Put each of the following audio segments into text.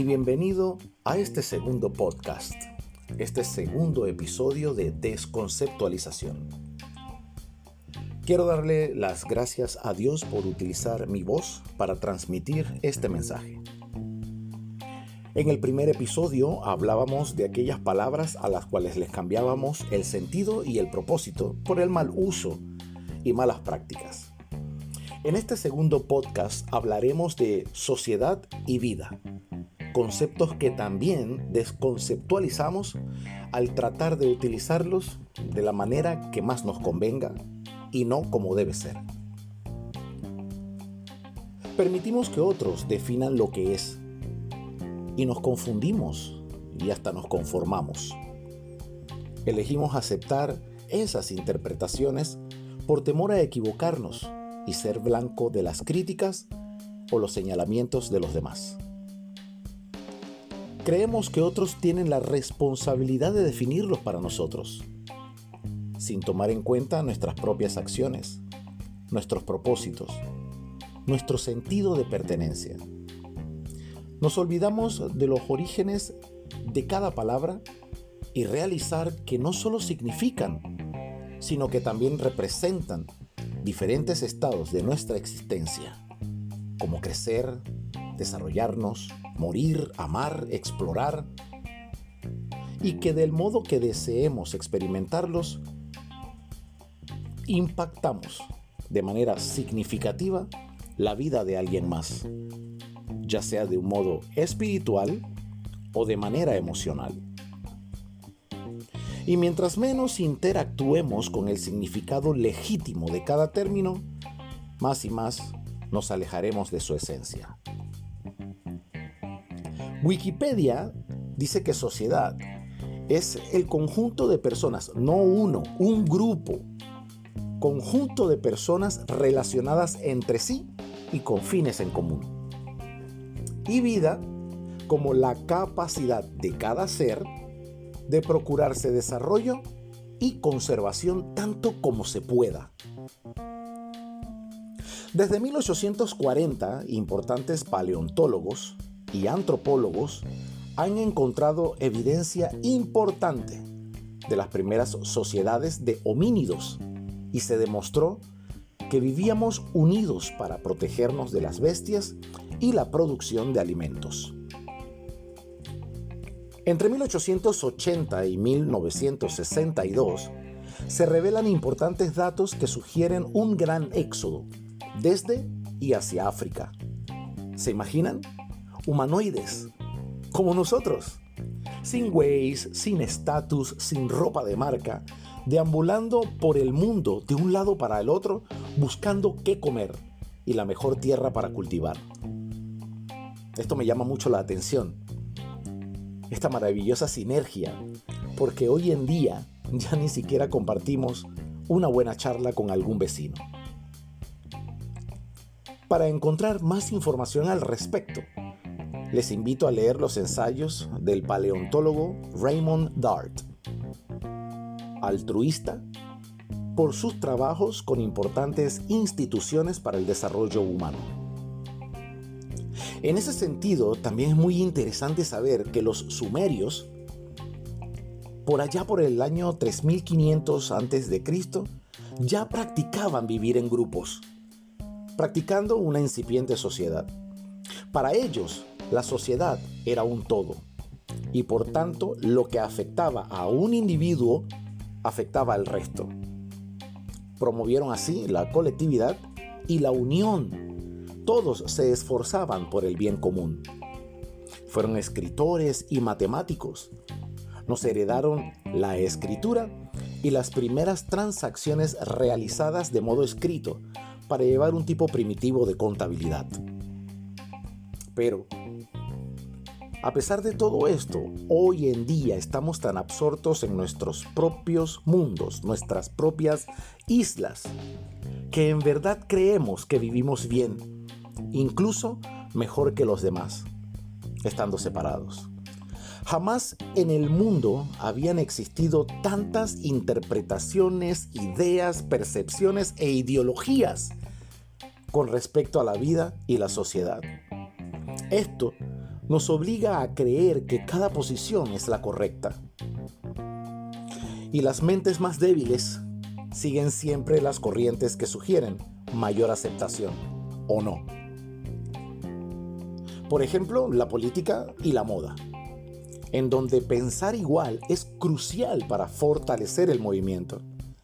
y bienvenido a este segundo podcast, este segundo episodio de Desconceptualización. Quiero darle las gracias a Dios por utilizar mi voz para transmitir este mensaje. En el primer episodio hablábamos de aquellas palabras a las cuales les cambiábamos el sentido y el propósito por el mal uso y malas prácticas. En este segundo podcast hablaremos de sociedad y vida, conceptos que también desconceptualizamos al tratar de utilizarlos de la manera que más nos convenga y no como debe ser. Permitimos que otros definan lo que es y nos confundimos y hasta nos conformamos. Elegimos aceptar esas interpretaciones por temor a equivocarnos y ser blanco de las críticas o los señalamientos de los demás. Creemos que otros tienen la responsabilidad de definirlos para nosotros, sin tomar en cuenta nuestras propias acciones, nuestros propósitos, nuestro sentido de pertenencia. Nos olvidamos de los orígenes de cada palabra y realizar que no solo significan, sino que también representan diferentes estados de nuestra existencia, como crecer, desarrollarnos, morir, amar, explorar, y que del modo que deseemos experimentarlos, impactamos de manera significativa la vida de alguien más, ya sea de un modo espiritual o de manera emocional. Y mientras menos interactuemos con el significado legítimo de cada término, más y más nos alejaremos de su esencia. Wikipedia dice que sociedad es el conjunto de personas, no uno, un grupo, conjunto de personas relacionadas entre sí y con fines en común. Y vida como la capacidad de cada ser de procurarse desarrollo y conservación tanto como se pueda. Desde 1840, importantes paleontólogos y antropólogos han encontrado evidencia importante de las primeras sociedades de homínidos y se demostró que vivíamos unidos para protegernos de las bestias y la producción de alimentos. Entre 1880 y 1962 se revelan importantes datos que sugieren un gran éxodo desde y hacia África. ¿Se imaginan? Humanoides, como nosotros, sin Waze, sin estatus, sin ropa de marca, deambulando por el mundo de un lado para el otro, buscando qué comer y la mejor tierra para cultivar. Esto me llama mucho la atención, esta maravillosa sinergia, porque hoy en día ya ni siquiera compartimos una buena charla con algún vecino. Para encontrar más información al respecto, les invito a leer los ensayos del paleontólogo Raymond Dart, altruista por sus trabajos con importantes instituciones para el desarrollo humano. En ese sentido, también es muy interesante saber que los sumerios, por allá por el año 3500 a.C., ya practicaban vivir en grupos, practicando una incipiente sociedad. Para ellos, la sociedad era un todo, y por tanto, lo que afectaba a un individuo afectaba al resto. Promovieron así la colectividad y la unión. Todos se esforzaban por el bien común. Fueron escritores y matemáticos. Nos heredaron la escritura y las primeras transacciones realizadas de modo escrito para llevar un tipo primitivo de contabilidad. Pero, a pesar de todo esto, hoy en día estamos tan absortos en nuestros propios mundos, nuestras propias islas, que en verdad creemos que vivimos bien, incluso mejor que los demás, estando separados. Jamás en el mundo habían existido tantas interpretaciones, ideas, percepciones e ideologías con respecto a la vida y la sociedad. Esto nos obliga a creer que cada posición es la correcta. Y las mentes más débiles siguen siempre las corrientes que sugieren mayor aceptación, ¿o no? Por ejemplo, la política y la moda, en donde pensar igual es crucial para fortalecer el movimiento.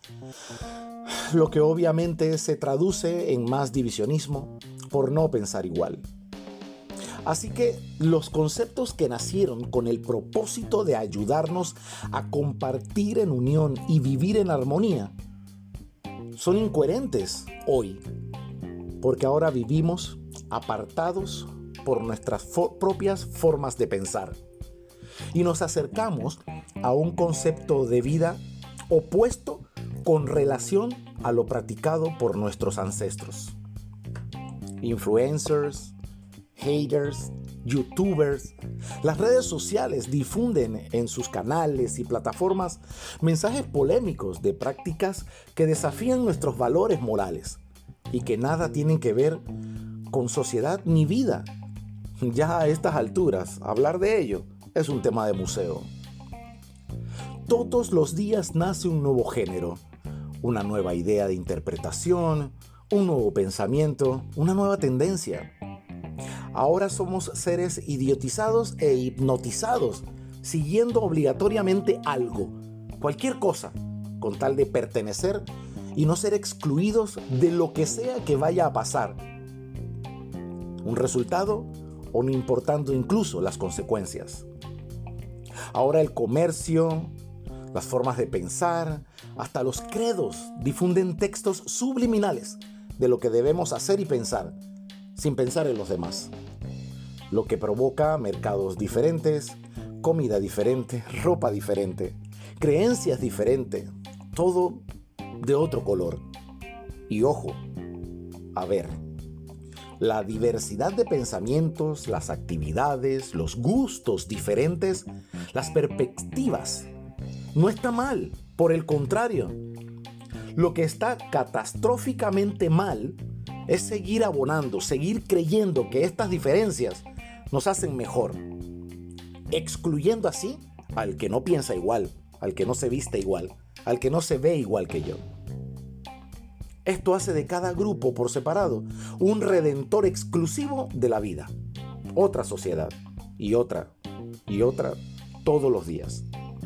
Lo que obviamente se traduce en más divisionismo por no pensar igual. Así que los conceptos que nacieron con el propósito de ayudarnos a compartir en unión y vivir en armonía son incoherentes hoy, porque ahora vivimos apartados por nuestras propias formas de pensar y nos acercamos a un concepto de vida opuesto con relación a lo practicado por nuestros ancestros. Influencers, haters, youtubers, las redes sociales difunden en sus canales y plataformas mensajes polémicos de prácticas que desafían nuestros valores morales y que nada tienen que ver con sociedad ni vida. Ya a estas alturas, hablar de ello es un tema de museo. Todos los días nace un nuevo género, una nueva idea de interpretación, un nuevo pensamiento, una nueva tendencia. Ahora somos seres idiotizados e hipnotizados, siguiendo obligatoriamente algo, cualquier cosa, con tal de pertenecer y no ser excluidos de lo que sea que vaya a pasar. Un resultado o no importando incluso las consecuencias. Ahora el comercio, las formas de pensar, hasta los credos difunden textos subliminales de lo que debemos hacer y pensar, sin pensar en los demás. Lo que provoca mercados diferentes, comida diferente, ropa diferente, creencias diferentes, todo de otro color. Y ojo, a ver, la diversidad de pensamientos, las actividades, los gustos diferentes, las perspectivas, no está mal, por el contrario. Lo que está catastróficamente mal es seguir abonando, seguir creyendo que estas diferencias nos hacen mejor, excluyendo así al que no piensa igual, al que no se viste igual, al que no se ve igual que yo. Esto hace de cada grupo por separado un redentor exclusivo de la vida. Otra sociedad y otra todos los días.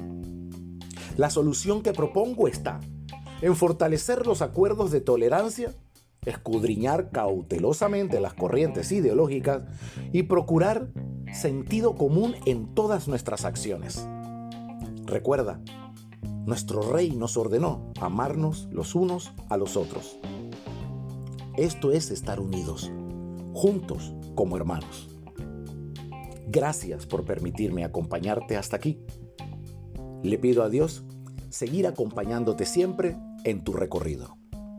La solución que propongo está en fortalecer los acuerdos de tolerancia, escudriñar cautelosamente las corrientes ideológicas y procurar sentido común en todas nuestras acciones. Recuerda, nuestro Rey nos ordenó amarnos los unos a los otros. Esto es estar unidos, juntos como hermanos. Gracias por permitirme acompañarte hasta aquí. Le pido a Dios seguir acompañándote siempre en tu recorrido.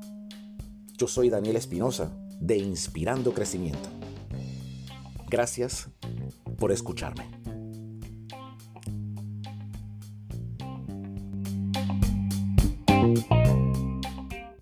Yo soy Daniel Espinosa de Inspirando Crecimiento. Gracias por escucharme.